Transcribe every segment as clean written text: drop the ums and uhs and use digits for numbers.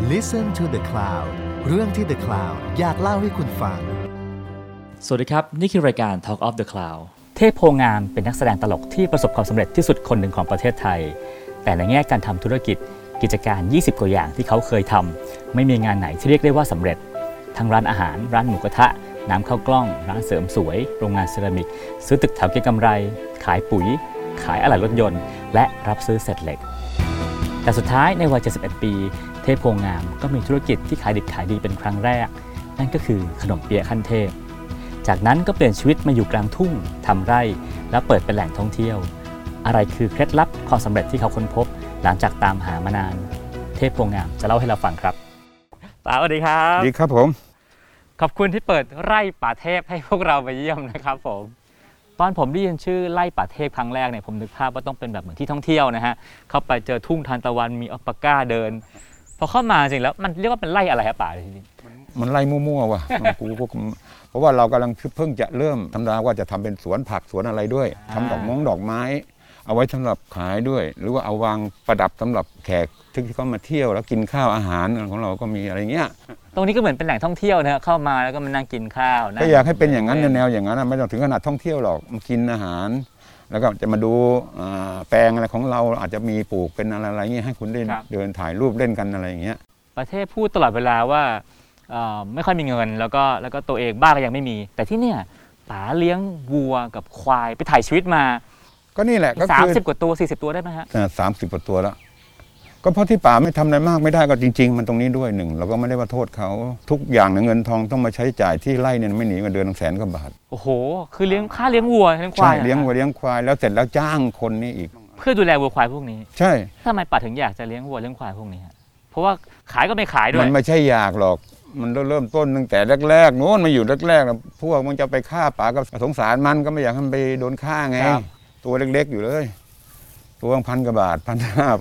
Listen to the Cloud เรื่องที่ The Cloud อยากเล่าให้คุณฟังสวัสดีครับนี่คือรายการ Talk of the Cloud เทพโพงามเป็นนักแสดงตลกที่ประสบความสำเร็จที่สุดคนหนึ่งของประเทศไทยแต่ในแง่การทำธุรกิจกิจการ20กว่าอย่างที่เขาเคยทำไม่มีงานไหนที่เรียกได้ว่าสำเร็จทั้งร้านอาหารร้านหมูกระทะน้ำข้าวกล้องร้านเสริมสวยโรงงานเซรามิกซื้อตึกแถวเก็งกำไรขายปุ๋ยขายอะไหล่รถยนต์และรับซื้อเศษเหล็กแต่สุดท้ายในวัย71ปีเทพโพงามก็มีธุรกิจที่ขายดิบขายดีเป็นครั้งแรกนั่นก็คือขนมเปี๊ยะขั้นเทพจากนั้นก็เปลี่ยนชีวิตมาอยู่กลางทุ่งทำไร่แล้วเปิดเป็นแหล่งท่องเที่ยวอะไรคือเคล็ดลับความสำเร็จที่เขาค้นพบหลังจากตามหามานานเทพโพงามจะเล่าให้เราฟังครับป๋าสวัสดีครับดีครับผมขอบคุณที่เปิดไร่ป่าเทพให้พวกเราไปเยี่ยมนะครับผมตอนผมได้ยินชื่อไร่ป่าเทพครั้งแรกเนี่ยผมนึกภาพว่าต้องเป็นแบบเหมือนที่ท่องเที่ยวนะฮะเข้าไปเจอทุ่งทานตะวันมีอัลปาก้าเดินพอเข้ามาจริงแล้วมันเรียกว่าเป็นไร่อะไรครับป่าจริงมันไร่มั่วๆว่ะเพราะว่าเรากำลังเพิ่งจะเริ่มทำว่าจะทำเป็นสวนผักสวนอะไรด้วยทำดอกไม้เอาไว้สำหรับขายด้วยหรือว่าเอาวางประดับสำหรับแขกที่เขามาเที่ยวแล้วกินข้าวอาหารของเราก็มีอะไรเงี้ยตรงนี้ก็เหมือนเป็นแหล่งท่องเที่ยวนะเข้ามาแล้วก็มานั่งกินข้าวก็อยากให้เป็นอย่างนั้นแนวอย่างนั้นไม่ต้องถึงขนาดท่องเที่ยวหรอกมากินอาหารแล้วก็จะมาดูแปลงอะไรของเราอาจจะมีปลูกเป็นอะไรเงี้ยให้คุณได้เดินถ่ายรูปเล่นกันอะไรอย่างเงี้ยประเทศพูดตลอดเวลาว่าไม่ค่อยมีเงินแล้วก็ตัวเองบ้านก็ยังไม่มีแต่ที่เนี่ยป๋าเลี้ยงวัวกับควายไปถ่ายชีวิตมาก็นี่แหละก็คือ30กว่าตัว40ตัวได้ไหมฮะ 30กว่าตัวแล้วก็เพราะที่ป๋าไม่ทำอะไรมากไม่ได้ก็จริงๆมันตรงนี้ด้วยหนึ่งเราก็ไม่ได้ว่าโทษเขาทุกอย่างเงินทองต้องมาใช้จ่ายที่ไร่เนี่ยไม่หนีกันเดือนละ100,000 กว่าบาทโอ้โหคือเลี้ยงค่าเลี้ยงวัวเลี้ยงควายเลี้ยงวัวเลี้ยงควายแล้วเสร็จแล้วจ้างคนนี่อีกเพื่อดูแลวัวควายพวกนี้ใช่ทำไมป๋าถึงอยากจะเลี้ยงวัวเลี้ยงควายพวกนี้เพราะว่าขายก็ไม่ขายด้วยมันไม่ใช่อยากหรอกมันเริ่มต้นตั้งแต่แรกๆโน้นมาอยู่แรกๆพวกมันจะไปฆ่าป๋าก็สงสารมันก็ไม่อยากให้มันไปโดนฆ่าไงตัวเล็กๆอยู่เลยตัว1,000 กว่าบาท1,500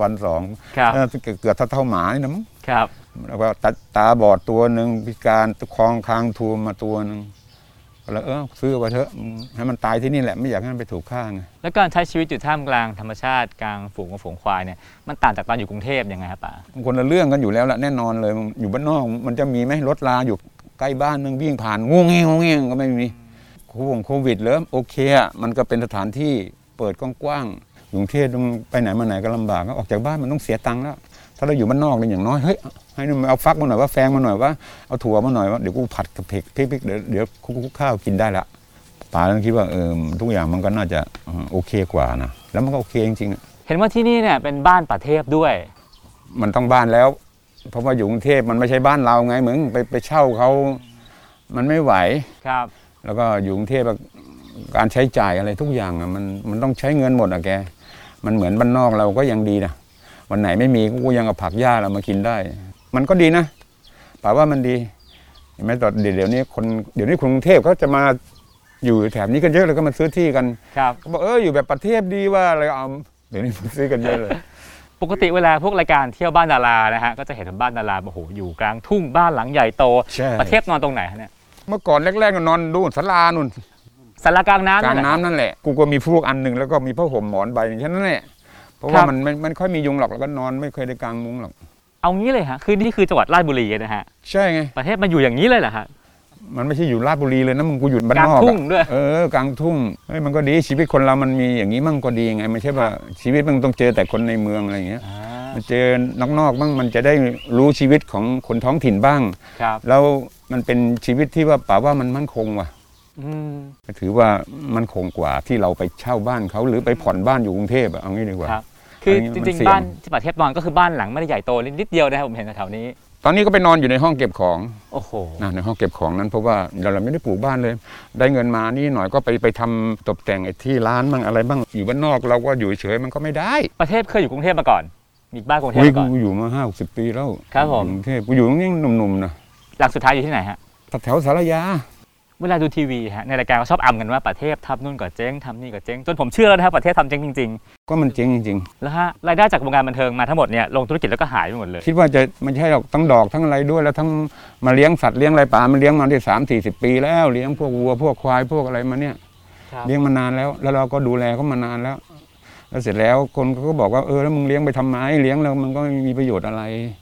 1,200เกือบเท่าหมานี่นะมั้งครับแล้วก็ตาบอดตัวหนึ่งพิการคองคางทูมมาตัวหนึ่งแล้วซื้อไปเถอะให้มันตายที่นี่แหละไม่อยากให้มันไปถูกฆ่าไงแล้วการใช้ชีวิตอยู่ท่ามกลางธรรมชาติกลางฝูงควายเนี่ยมันต่างจากตอนอยู่กรุงเทพยังไงครับป๋าคนละเรื่องกันอยู่แล้วละแน่นอนเลยอยู่บ้านนอกมันจะมีไหมรถลาอยู่ใกล้บ้านนึงวิ่งผ่านงูเงี้ยก็ไม่มีโควิดเลยโอเคอ่ะมันก็เป็นสถานที่เปิดกว้างกรุงเทพไปไหนมาไหนก็ลำบากออกจากบ้านมันต้องเสียตังค์แล้วถ้าเราอยู่บ้านนอกเนี่ยอย่างน้อยเฮ้ยให้เอาฟักมาหน่อยว่าแฟงมาหน่อยว่าเอาถั่วมาหน่อยว่าเดี๋ยวกูผัดกับเผ็ดพริกเดี๋ยวคุกข้าวกินได้ละป๋าต้องคิดว่าทุกอย่างมันก็น่าจะโอเคกว่านะแล้วมันก็โอเคจริงๆเห็นว่าที่นี่เนี่ยเป็นบ้านป่าเทพด้วยมันต้องบ้านแล้วเพราะว่าอยู่กรุงเทพมันไม่ใช่บ้านเราไงเหมือนไปเช่าเขามันไม่ไหวครับแล้วก็อยู่กรุงเทพการใช้จ่ายอะไรทุกอย่างมันต้องใช้เงินหมดอะแกมันเหมือนบ้านนอกเราก็ยังดีนะวันไหนไม่มีกูยังเอาผักหญ้าเรามากินได้มันก็ดีนะป่าว่ามันดีเห็นไหมตอนเดี๋ยวนี้คนกรุงเทพเขาจะมาอยู่แถบนี้กันเยอะเลยก็มาซื้อที่กันเขาบอกอยู่แบบประเทศดีว่าอะไรเอาเดี๋ยวนี้ซื้อกันเยอะเลยปกติเวลาพวกรายการเที่ยวบ้านดารานะฮะก็จะเห็นบ้านดาราโอ้โหอยู่กลางทุ่งบ้านหลังใหญ่โตประเทศนอนตรงไหนเนี่ยเมื่อก่อนแรกๆก็นอนดูศาลานู่นศาลากลางน้ำนั่นแหละกูก็มีฟูกอันหนึ่งแล้วก็มีผ้าห่มหมอนใบแค่นั้นแหละเพราะว่ามันค่อยมียุงหรอกแล้วก็นอนไม่เคยได้กางมุ้งหรอกเอางี้เลยฮะคือนี่คือจังหวัดราชบุรีนะฮะใช่ไงประเทศมันอยู่อย่างนี้เลยเหรอฮะมันไม่ใช่อยู่ราชบุรีเลยนะมึงกูอยู่บ้านนอกกลางทุ่งด้วยกลางทุ่งมันก็ดีชีวิตคนเรามันมีอย่างนี้มั่งก็ดีไงไม่ใช่ว่าชีวิตมันต้องเจอแต่คนในเมืองอะไรอย่างเงี้ยมันเจอนอกบ้างมันจะได้รู้ชีวิตของคนท้องถิ่นบ้างแล้วมันเป็นชีวิตที่ว่าป่าว่ามันมั่นคงว่ะถือว่ามันคงกว่าที่เราไปเช่าบ้านเขาหรือไปผ่อนบ้านอยู่กรุงเทพเอางี้ดีกว่าคือจริงๆบ้านที่ป่าเทพนอนก็คือบ้านหลังไม่ได้ใหญ่โตนิดเดียวนะครับผมเห็นแถวนี้ตอนนี้ก็ไปนอนอยู่ในห้องเก็บของโอ้โหในห้องเก็บของนั้นเพราะว่าเราไม่ได้ปลูกบ้านเลยได้เงินมานี่หน่อยก็ไปทำตกแต่งไอ้ที่ร้านบ้างอะไรบ้างอยู่บ้านนอกเราก็อยู่เฉยมันก็ไม่ได้ประเทศเคยอยู่กรุงเทพมาก่อนมีบ้านกรุงเทพก่อนกูอยู่มา50 ปีแล้วครับผมกรุงเทพกูอยู่นี่หนุ่มๆนะหลังสุดท้ายอยู่ที่ไหนฮะแถวสารยาเวลาดูทีวีฮะในรายการเขาชอบอำกันว่าประเทศทำนู่นก็เจ๊งทำนี่ก็เจ๊งจนผมเชื่อแล้วนะครับประเทศทำเจ๊งจริงๆก็มันเจ๊งจริงๆแล้วฮะรายได้จากวงการบันเทิงมาทั้งหมดเนี่ยลงธุรกิจแล้วก็หายไปหมดเลยคิดว่าจะไม่ใช่หรอกทั้งดอกทั้งอะไรด้วยแล้วทั้งมาเลี้ยงสัตว์เลี้ยงอะไรป่ามันเลี้ยงมาได้30-40 ปีแล้วเลี้ยงพวกวัวพวกควายพวกอะไรมาเนี่ยเลี้ยงมานานแล้วเราก็ดูแลเขามานานแล้วเสร็จแล้วคนเขาก็บอกว่าแล้วมึงเลี้ยงไปทำไมเลี้ยงแล้วมันก็ไม่มีประโยชน์อะไร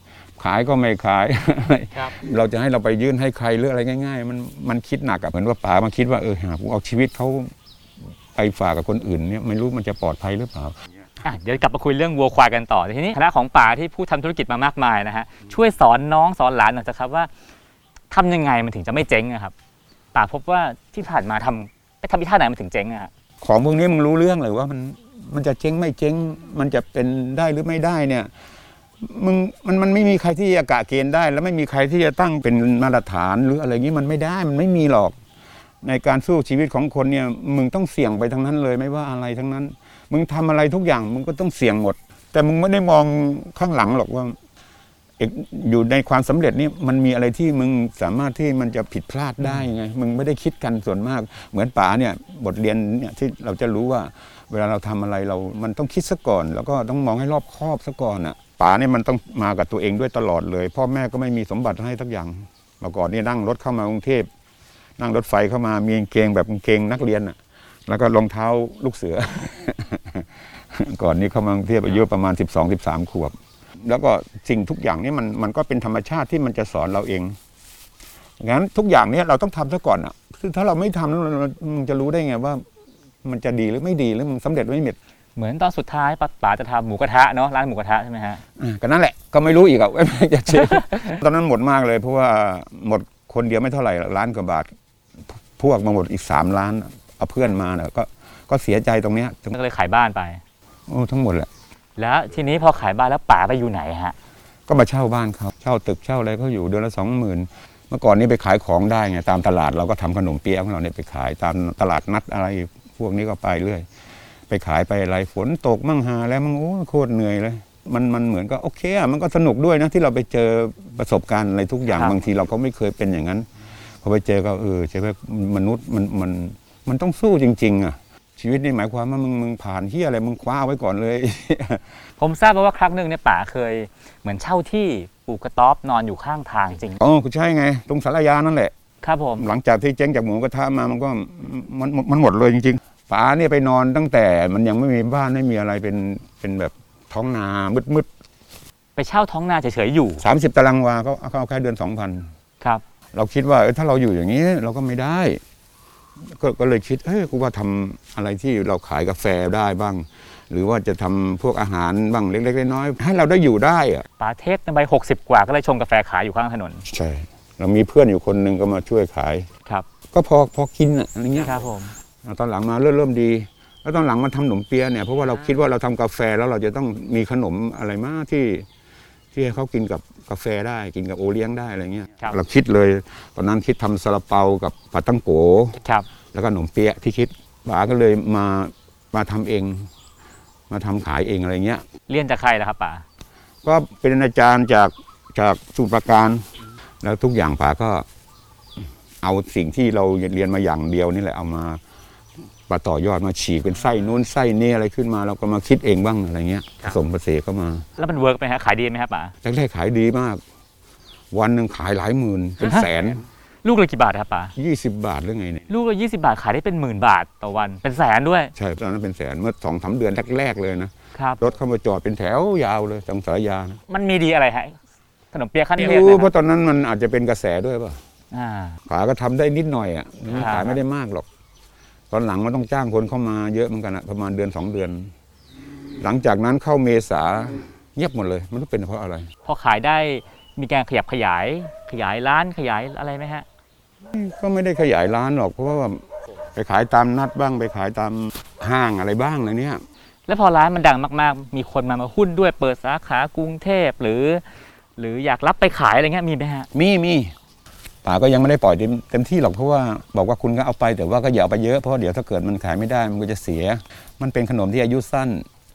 ขายก็ไม่ขายครับเราจะให้เราไปยื่นให้ใครหรืออะไรง่ายๆมันคิดหนักอะเหมือนว่าป๋ามาคิดว่าหากเอาชีวิตเขาไปฝากกับคนอื่นเนี่ยไม่รู้มันจะปลอดภัยหรือเปล่าเดี๋ยวกลับมาคุยเรื่องวัวควายกันต่อทีนี้คณะของป๋าที่ผู้ทำธุรกิจมามากมายนะฮะช่วยสอนน้องสอนหลานหน่อยนะครับว่าทำยังไงมันถึงจะไม่เจ๊งนะครับป๋าพบว่าที่ผ่านมาไปทำอีท่าไหนมันถึงเจ๊งอะของพวกนี้มึงรู้เรื่องเลยว่ามันจะเจ๊งไม่เจ๊งมันจะเป็นได้หรือไม่ได้เนี่ยมันไม่มีใครที่จะกะเกณฑ์ได้แล้วไม่มีใครที่จะตั้งเป็นมาตรฐานหรืออะไรอย่างนี้มันไม่ได้มันไม่มีหรอกในการสู้ชีวิตของคนเนี่ยมึงต้องเสี่ยงไปทั้งนั้นเลยไม่ว่าอะไรทั้งนั้นมึงทำอะไรทุกอย่างมึงก็ต้องเสี่ยงหมดแต่มึงไม่ได้มองข้างหลังหรอกว่าอยู่ในความสำเร็จนี่มันมีอะไรที่มึงสามารถที่มันจะผิดพลาดได้ไงมึงไม่ได้คิดกันส่วนมากเหมือนป๋าเนี่ยบทเรียนเนี่ยที่เราจะรู้ว่าเวลาเราทำอะไรมันต้องคิดซะก่อนแล้วก็ต้องมองให้รอบคอบซะก่อนอ่ะป๋าเนี่ยมันต้องมากับตัวเองด้วยตลอดเลยพ่อแม่ก็ไม่มีสมบัติให้สักอย่างเมื่อก่อนนี่นั่งรถเข้ามากรุงเทพนั่งรถไฟเข้ามามีกางเกงแบบกางเกงนักเรียนอ่ะแล้วก็รองเท้าลูกเสือ ก่อนนี้เข้ามากรุงเทพอายุประมาณ12-13 ขวบแล้วก็สิ่งทุกอย่างนี้มันก็เป็นธรรมชาติที่มันจะสอนเราเองงั้นทุกอย่างนี้เราต้องทำซะก่อนอ่ะคือถ้าเราไม่ทำมึงจะรู้ได้ไงว่ามันจะดีหรือไม่ดีหรือมันสำเร็จหรือไม่สำเร็จเหมือนตอนสุดท้ายป๋าจะทำหมูกระทะเนาะร้านหมูกระทะใช่ไหมฮะก็นั่นแหละก็ไม่รู้อีกอ่ะไม่จะเชื่อตอนนั้นหมดมากเลยเพราะว่าหมดคนเดียวไม่เท่าไหร่ล้านกว่าบาทพวกมาหมดอีก3 ล้านเอาเพื่อนมาเนี่ยก็เสียใจตรงเนี้ยก็เลยขายบ้านไปทั้งหมดแหละแล้วทีนี้พอขายบ้านแล้วป๋าไปอยู่ไหนฮะก็มาเช่าบ้านเขาเช่าตึกเช่าอะไรเขาอยู่เดือนละ 20,000เมื่อก่อนนี้ไปขายของได้ไงตามตลาดเราก็ทำขนมเปี๊ยะของเราเนี่ยไปขายตามตลาดนัดอะไรพวกนี้ก็ไปเรื่อยไปขายไปอะไรฝนตกมั่งหาแล้วมั่งโอ้โคตรเหนื่อยเลยมันเหมือนก็โอเคอ่ะมันก็สนุกด้วยนะที่เราไปเจอประสบการณ์อะไรทุกอย่างบางทีเราก็ไม่เคยเป็นอย่างนั้นพอไปเจอก็ใช่ไหมมนุษย์มันต้องสู้จริงๆอ่ะชีวิตนี่หมายความว่ามึงผ่านที่อะไรมึงคว้าไว้ก่อนเลยผมทราบมาว่าครั้งหนึ่งเนี่ยป๋าเคยเหมือนเช่าที่ปลูกกระต๊อบนอนอยู่ข้างทางจริงคุณใช่ไงตรงสารยานั่นแหละครับผมหลังจากที่เจ๊งจากหมูกระทะมามันก็มันหมดเลยจริงๆป๋าเนี่ยไปนอนตั้งแต่มันยังไม่มีบ้านไม่มีอะไรเป็นแบบท้องนามืดไปเช่าท้องนาเฉยๆอยู่ 30 ตารางวาเขาเอาแค่เดือน 2,000 ครับเราคิดว่าถ้าเราอยู่อย่างนี้เราก็ไม่ได้ก็เลยคิดกูว่าทำอะไรที่เราขายกาแฟได้บ้างหรือว่าจะทำพวกอาหารบ้างเล็กๆน้อยๆให้เราได้อยู่ได้อะป๋าเทพในใบ60 กว่าก็เลยชงกาแฟขายอยู่ข้างถนนใช่เรามีเพื่อนอยู่คนหนึ่งก็มาช่วยขายครับก็พอกินอะไรเงี้ยครับผมตอนหลังมาเริ่มดีแล้วตอนหลังมาทำขนมเปี๊ยะเนี่ยเพราะว่าเราคิดว่าเราทำกาแฟแล้วเราจะต้องมีขนมอะไรมากที่ให้เขากินกับกาแฟได้กินกับโอเลี้ยงได้อะไรเงี้ยเราคิดเลยตอนนั้นคิดทำซาลาเปากับผัดตั้งโกแล้วก็ขนมเปี๊ยะที่คิดป๋าก็เลยมาทำเองมาทำขายเองอะไรเงี้ยเรียนจากใครล่ะครับป๋าก็เป็นอาจารย์จากสมุทรปราการแล้วทุกอย่างป๋าก็เอาสิ่งที่เราเรียนมาอย่างเดียวนี่แหละเอามาต่อยอดมาฉีกเป็นไส้นู้นไส้นี้อะไรขึ้นมาเราก็มาคิดเองบ้างอะไรเงี้ยผสมผสานเข้ามาแล้วมันเวิร์กไหมฮะขายดีไหมครับป๋าแรกๆขายดีมากวันหนึ่งขายหลายหมื่นเป็นแสนลูกละกี่บาทครับป๋า 20 บาทหรือไงเนี่ยลูกละ20 บาทขายได้เป็น10,000 บาทต่อวันเป็นแสนด้วยใช่ตอนนั้นเป็นแสนเมื่อ2-3 เดือนแรกๆเลยนะครับรถเข้ามาจอดเป็นแถวยาวเลยตรงสารยานะมันมีดีอะไรฮะขนมเปี๊ยะขั้นเทพเพราะตอนนั้นมันอาจจะเป็นกระแสด้วยป่ะป๋าก็ทำได้นิดหน่อยอ่ะขายไม่ได้มากหรอกตอนหลังมันต้องจ้างคนเข้ามาเยอะเหมือนกันประมาณเดือน 2 เดือนหลังจากนั้นเข้าเมษาเงียบหมดเลยมันต้องเป็นเพราะอะไรพอขายได้มีการขยับขยายร้านขยายอะไรไหมฮะก็ไม่ได้ขยายร้านหรอกเพราะว่าไปขายตามนัดบ้างไปขายตามห้างอะไรบ้างอะไรเนี้ยแล้วพอร้านมันดังมากๆมีคนมาหุ้นด้วยเปิดสาขากรุงเทพหรืออยากรับไปขายอะไรเงี้ยมีไหมฮะมีป๋าก็ยังไม่ได้ปล่อยเต็มที่หรอกเพราะว่าบอกว่าคุณก็เอาไปแต่ว่าก็อย่าเอาไปเยอะเพราะเดี๋ยวถ้าเกิดมันขายไม่ได้มันก็จะเสียมันเป็นขนมที่อายุสั้น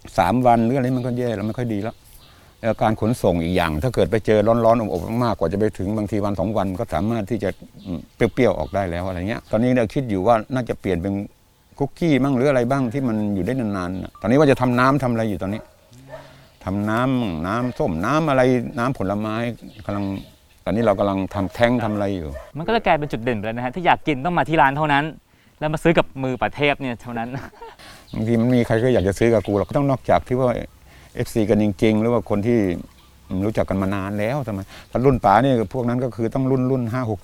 3 วันหรืออะไรมันก็แย่แล้วไม่ค่อยดีแล้วการขนส่งอีกอย่างถ้าเกิดไปเจอร้อนๆอบๆมากกว่าจะไปถึงบางทีวัน2 วันก็สามารถที่จะเปรี้ยวๆออกได้แล้วอะไรเงี้ยตอนนี้เราคิดอยู่ว่าน่าจะเปลี่ยนเป็นคุกกี้บ้างหรืออะไรบ้างที่มันอยู่ได้นานๆตอนนี้ว่าจะทำน้ำทำอะไรอยู่ตอนนี้ทำน้ำส้มน้ำอะไรน้ำผลไม้กำลังตอนนี้เรากำลังทำแท้งทำอะไรอยู่มันก็เลยกลายเป็นจุดเด่นไปแล้วนะฮะที่อยากกินต้องมาที่ร้านเท่านั้นแล้วมาซื้อกับมือป๋าเทพเนี่ยเท่านั้นบางทีมันมีใครก็อยากจะซื้อกับกูเราก็ต้องนอกจากที่ว่า FC กันจริงๆหรือว่าคนที่รู้จักกันมานานแล้วทำไมถ้ารุ่นป๋านี่พวกนั้นก็คือต้องรุ่น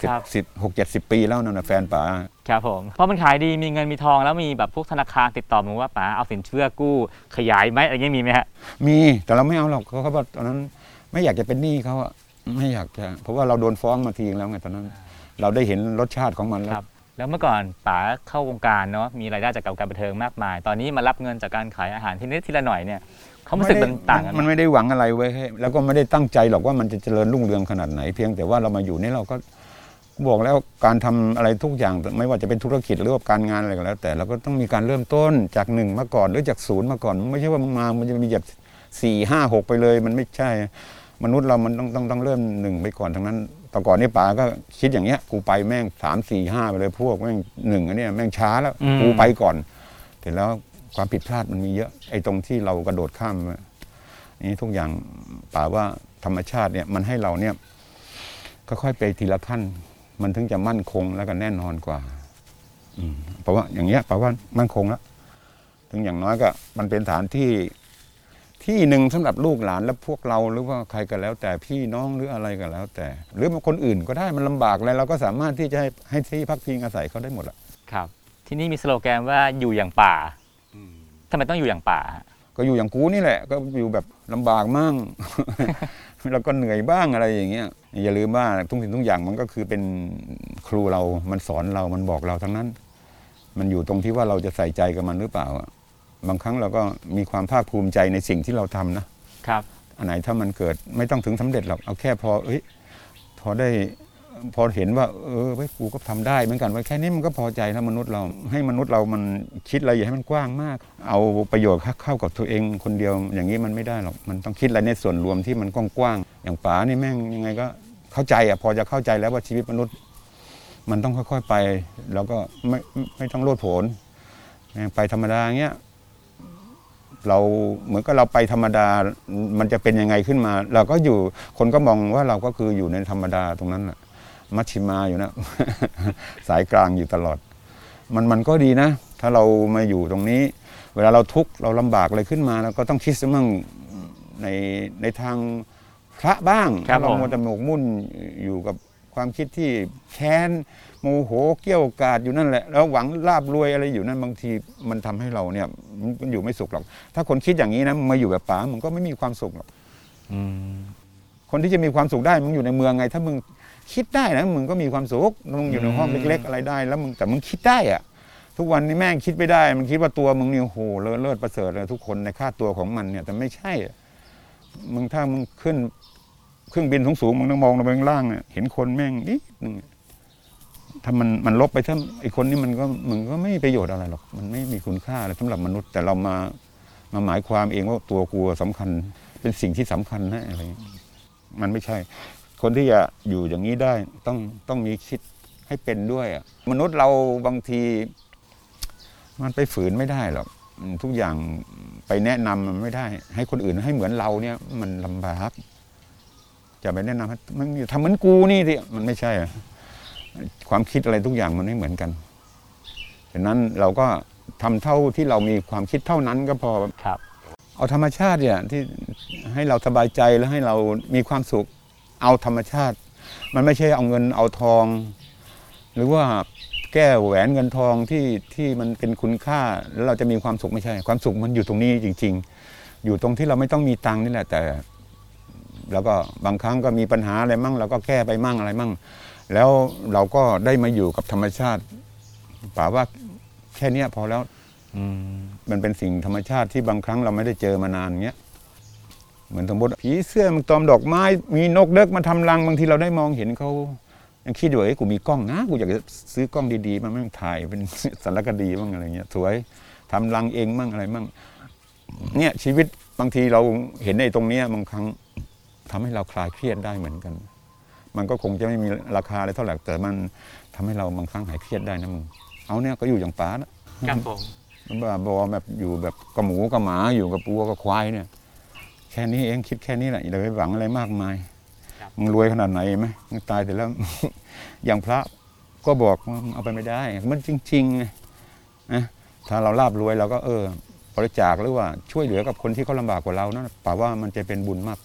5-6-70 ปีแล้วนั่นนะแฟนป๋าครับผมเพราะมันขายดีมีเงินมีทองแล้วมีแบบพวกธนาคารติดต่อมาว่าป๋าเอาสินเชื่อกู้ขยายไหมอะไรเงี้ยมีไหมฮะมีแต่เราไม่เอาหรอกเขาบอกตอนนั้นไม่อยากจะเป็นหนี้เขาไม่อยากจะเพราะว่าเราโดนฟ้องมาทีแล้วไงตอนนั้นเราได้เห็นรสชาติของมันแล้วเมื่อก่อนป๋าเข้าวงการเนาะมีรายได้จากการบันเทิงมากมายตอนนี้มารับเงินจากการขายอาหารทีนิดทีละหน่อยเนี่ยเขารู้สึกมันต่างกันมันไม่ได้หวังอะไรไว้ให้แล้วก็ไม่ได้ตั้งใจหรอกว่ามันจะเจริญรุ่งเรืองขนาดไหนเพียงแต่ว่าเรามาอยู่นี่เราก็บอกแล้วการทำอะไรทุกอย่างไม่ว่าจะเป็นธุรกิจหรือว่าการงานอะไรก็แล้วแต่เราก็ต้องมีการเริ่มต้นจาก1มาก่อนหรือจาก0มาก่อนไม่ใช่ว่ามันจะมีจาก4 5 6ไปเลยมันไม่ใช่มนุษย์เรามันต้องเริ่ม1ไปก่อนทั้งนั้นแต่ก่อนนี่ป๋าก็คิดอย่างเงี้ยกูไปแม่ง3 4 5ไปเลยพวกแม่ง1อันเนี้ยแม่งช้าแล้วกูไปก่อนแต่แล้วความผิดพลาดมันมีเยอะไอ้ตรงที่เรากระโดดข้ามนี่ทุกอย่างป๋าว่าธรรมชาติเนี่ยมันให้เราเนี่ยค่อยๆไปทีละขั้นมันถึงจะมั่นคงแล้วก็แน่นอนกว่าเพราะว่าอย่างเงี้ยป๋าว่ามั่นคงแล้วถึงอย่างน้อยก็มันเป็นฐานที่หนึ่งสำหรับลูกหลานและพวกเราหรือว่าใครก็แล้วแต่พี่น้องหรืออะไรก็แล้วแต่หรือคนอื่นก็ได้มันลำบากอะไรเราก็สามารถที่จะให้ที่พักพิงอาศัยเขาได้หมดแหละครับที่นี่มีสโลแกนว่าอยู่อย่างป่าทำไมต้องอยู่อย่างป่าก็อยู่อย่างกูนี่แหละก็อยู่แบบลำบากมั่ง แล้วก็เหนื่อยบ้างอะไรอย่างเงี้ยอย่าลืมว่าทุกสิ่งทุกอย่างมันก็คือเป็นครูเรามันสอนเรามันบอกเราทั้งนั้นมันอยู่ตรงที่ว่าเราจะใส่ใจกับมันหรือเปล่าบางครั้งเราก็มีความภาคภูมิใจในสิ่งที่เราทำนะครับอันไหนถ้ามันเกิดไม่ต้องถึงสำเร็จหรอกเอาแค่พอเห็นว่าเว้ยกูก็ทำได้เหมือนกันไว้แค่นี้มันก็พอใจแล้วมนุษย์เราให้มนุษย์เรามันคิดอะไรอย่าให้มันกว้างมากเอาประโยชน์เข้ากับตัวเองคนเดียวอย่างนี้มันไม่ได้หรอกมันต้องคิดอะไรในส่วนรวมที่มันกว้างๆอย่างป๋านี่แม่งยังไงก็เข้าใจพอจะเข้าใจแล้วว่าชีวิตมนุษย์มันต้องค่อยๆไปแล้วก็ไม่ต้องโลดโผนไปธรรมดาเงี้ยเราเหมือนกับเราไปธรรมดามันจะเป็นยังไงขึ้นมาเราก็อยู่คนก็มองว่าเราก็คืออยู่ในธรรมดาตรงนั้นแหละมัชชิมาอยู่นะ สายกลางอยู่ตลอดมันก็ดีนะถ้าเรามาอยู่ตรงนี้เวลาเราทุกข์เราลำบากอะไรขึ้นมาเราก็ต้องคิดซะมั่งในทางพระบ้างถ้าเราโมแต่หมกมุ่นอยู่กับความคิดที่แค้นโมโหเกี้ยวกาดอยู่นั่นแหละแล้วหวังลาบรวยอะไรอยู่นั่นบางทีมันทำให้เราเนี่ยมันอยู่ไม่สุขหรอกถ้าคนคิดอย่างนี้นะมาอยู่แบบป๋ามันก็ไม่มีความสุขหรอกคนที่จะมีความสุขได้มึงอยู่ในเมืองไงถ้ามึงคิดได้นะมึงก็มีความสุขมึงอยู่ในห้องเล็กๆอะไรได้แล้วแต่มึงคิดได้อะทุกวันนี้แม่งคิดไม่ได้มันคิดว่าตัวมึงนี่โหเลิศประเสริฐเลยทุกคนในค่าตัวของมันเนี่ยแต่ไม่ใช่มึงถ้ามึงขึ้นเครื่องบินสูงๆมึงต้องมองลงไปข้างล่างเนี่ยเห็นคนแม่งนิดนึงถ้ามันลบไปถ้าไอ้คนนี้มันก็ไม่มีประโยชน์อะไรหรอกมันไม่มีคุณค่าอะไรสำหรับมนุษย์แต่เรามาหมายความเองว่าตัวกูสำคัญเป็นสิ่งที่สำคัญนะอะไรมันไม่ใช่คนที่จะอยู่อย่างนี้ได้ต้องมีคิดให้เป็นด้วยมนุษย์เราบางทีมันไปฝืนไม่ได้หรอกทุกอย่างไปแนะนำมันไม่ได้ให้คนอื่นให้เหมือนเราเนี่ยมันลำบากจะไปแนะนำให้มันทำเหมือนกูนี่ที่มันไม่ใช่ความคิดอะไรทุกอย่างมันไม่เหมือนกันฉะนั้นเราก็ทำเท่าที่เรามีความคิดเท่านั้นก็พอครับเอาธรรมชาติเนี่ยที่ให้เราสบายใจแล้วให้เรามีความสุขเอาธรรมชาติมันไม่ใช่เอาเงินเอาทองหรือว่าแก้วแหวนเงินทองที่มันเป็นคุณค่าแล้วเราจะมีความสุขไม่ใช่ความสุขมันอยู่ตรงนี้จริงๆอยู่ตรงที่เราไม่ต้องมีตังค์นี่แหละแต่แล้วก็บางครั้งก็มีปัญหาอะไรมั่งเราก็แก้ไปมั่งอะไรมั่งแล้วเราก็ได้มาอยู่กับธรรมชาติป่าว่าแค่นี้พอแล้วมันเป็นสิ่งธรรมชาติที่บางครั้งเราไม่ได้เจอมานานเงี้ยเหมือนสมมติผีเสื้อมันตอมดอกไม้มีนกเด็กมาทำรังบางทีเราได้มองเห็นเขายังคิดอยู่ไอ้กูมีกล้องนะกูอยากจะซื้อกล้องดีๆมาแม่งถ่ายเป็นสารคดีบ้างอะไรเงี้ยสวยทำรังเองมั่งอะไรมั่งเนี่ยชีวิตบางทีเราเห็นในตรงนี้บางครั้งทำให้เราคลายเครียดได้เหมือนกันมันก็คงจะไม่มีราคาอะไรเท่าไหร่แต่มันทำให้เราบางครั้งหายเครียดได้นะมึงเอาเนี่ยก็อยู่อย่างป๋านะครับผมมันบอกแบบอยู่แบบกระหมูกระหมาอยู่กับวัวกับควายเนี่ยแค่นี้เองคิดแค่นี้แหละอย่าไปหวังอะไรมากมายมึงรวยขนาดไหนไหมมึงตายแต่แล้ว อย่างพระก็บอกว่าเอาไปไม่ได้มันจริงๆไงนะถ้าเราลาบรวยเราก็บริจาคหรือว่าช่วยเหลือกับคนที่เขาลำบากกว่าเรานะป่าว่ามันจะเป็นบุญมากกว่า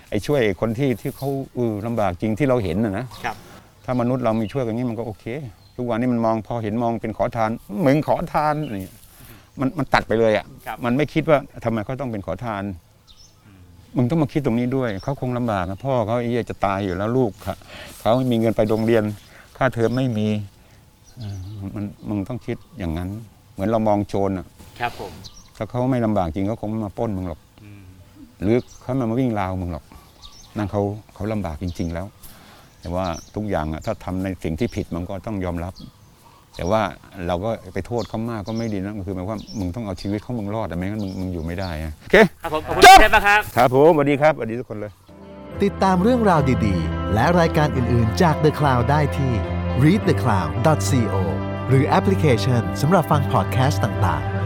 ช่วยคนที่เขาลำบากจริงที่เราเห็นนะครับ ถ้ามนุษย์เรามีช่วยกันนี้มันก็โอเคทุกวันนี้มันพอเห็นมองเป็นขอทานมึงขอทานนี่มันตัดไปเลยอ่ะมันไม่คิดว่าทำไมเขาต้องเป็นขอทานมึงต้องมาคิดตรงนี้ด้วยเขาคงลำบากนะพ่อเขาจะตายอยู่แล้วลูกเขาไม่มีเงินไปโรงเรียนค่าเทอมไม่มีมึงต้องคิดอย่างนั้นเหมือนเรามองโจรอ่ะครับผมถ้าเขาไม่ลำบากจริงเขาคงไม่มาปล้นมึงหรอกหรือเขามาวิ่งราวมึงหรอกนั่นเขาลำบากจริงๆแล้วแต่ว่าทุกอย่างอ่ะถ้าทำในสิ่งที่ผิดมันก็ต้องยอมรับแต่ว่าเราก็ไปโทษเขามากก็ไม่ดีนะคือหมายว่ามึงต้องเอาชีวิตของมึงรอดแต่ไม่งั้นมึงอยู่ไม่ได้โอเคครับผมขอบคุณเชฟนะครับครับผมสวัสดีครับสวัสดีทุกคนเลยติดตามเรื่องราวดีๆและรายการอื่นๆจาก The Cloud ได้ที่ readthecloud.co หรือแอปพลิเคชันสำหรับฟังพอดแคสต์ต่างๆ